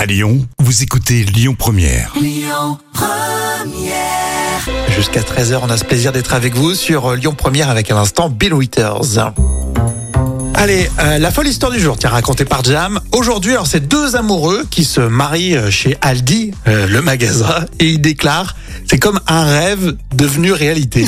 À Lyon, vous écoutez Lyon Première. Jusqu'à 13h, on a ce plaisir d'être avec vous sur Lyon Première avec à l'instant Bill Withers. Allez, la folle histoire du jour, racontée par Jam. Aujourd'hui, alors c'est deux amoureux qui se marient chez Aldi, le magasin, et ils déclarent c'est comme un rêve devenu réalité.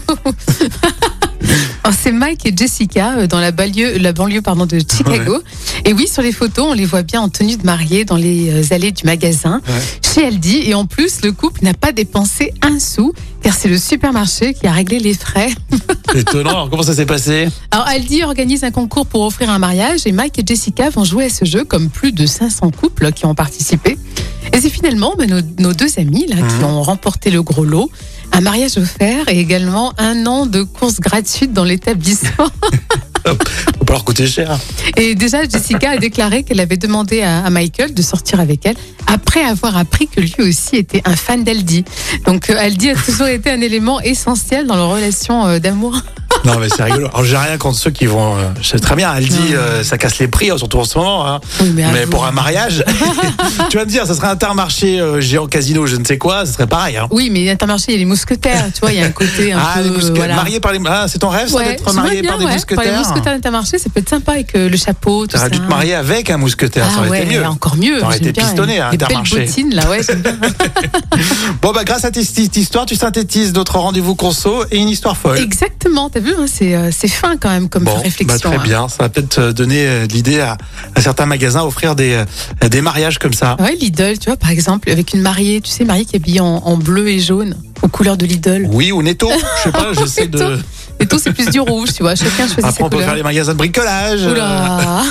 Alors, c'est Mike et Jessica dans la banlieue de Chicago. Ouais. Et oui, sur les photos, on les voit bien en tenue de mariée dans les allées du magasin chez Aldi. Et en plus, le couple n'a pas dépensé un sou, car c'est le supermarché qui a réglé les frais. Étonnant, alors comment ça s'est passé? Alors Aldi organise un concours pour offrir un mariage et Mike et Jessica vont jouer à ce jeu comme plus de 500 couples qui ont participé. Et c'est finalement nos deux amis là, qui ont remporté le gros lot. Un mariage offert et également 1 an de courses gratuites dans l'établissement. Faut pas leur coûter cher. Et déjà, Jessica a déclaré qu'elle avait demandé à Michael de sortir avec elle après avoir appris que lui aussi était un fan d'Aldi. Donc Aldi a toujours été un élément essentiel dans leur relation d'amour. Non mais c'est rigolo. Alors j'ai rien contre ceux qui vont. Je sais très bien, Aldi, ça casse les prix, surtout en ce moment. Hein. Oui, mais pour un mariage, tu vas me dire, ça serait Intermarché géant casino, je ne sais quoi, ça serait pareil. Hein. Oui, mais Intermarché, il y a les mousquetaires, tu vois, il y a un côté un peu. Les mousquetaires. Voilà. Marié par les. Ah, c'est ton rêve, ça, d'être marié par des mousquetaires. Par les mousquetaires d'Intermarché, ça peut être sympa avec le chapeau, tout ça. T'aurais dû te marier avec un mousquetaire, ça aurait été mieux. Encore mieux. T'aurais été bien, pistonné à Intermarché. Les belles bottines, là, ouais, j'aime bien. Bon, bah, grâce à cette histoire, tu synthétises notre rendez-vous conso et une histoire folle. Exactement, t'as vu, hein, c'est fin quand même comme réflexion. Très bien, ça va peut-être donner l'idée à certains magasins à offrir des mariages comme ça. Ouais, Lidl, tu vois, par exemple, avec une mariée, tu sais, mariée qui est habillée en bleu et jaune, aux couleurs de Lidl. Oui, ou Netto, je sais pas, j'essaie de... Netto, c'est plus du rouge, tu vois, chacun choisit Après, ses on peut couleurs. faire les magasins de bricolage. Oula.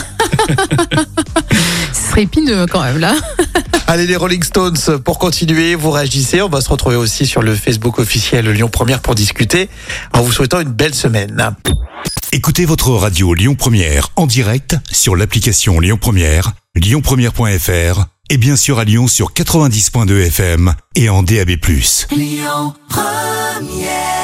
Ce serait épineux quand même, là. Allez, les Rolling Stones, pour continuer, vous réagissez. On va se retrouver aussi sur le Facebook officiel Lyon Première pour discuter, en vous souhaitant une belle semaine. Écoutez votre radio Lyon Première en direct sur l'application Lyon Première, lyonpremière.fr et bien sûr à Lyon sur 90.2 FM et en DAB+. Lyon Première.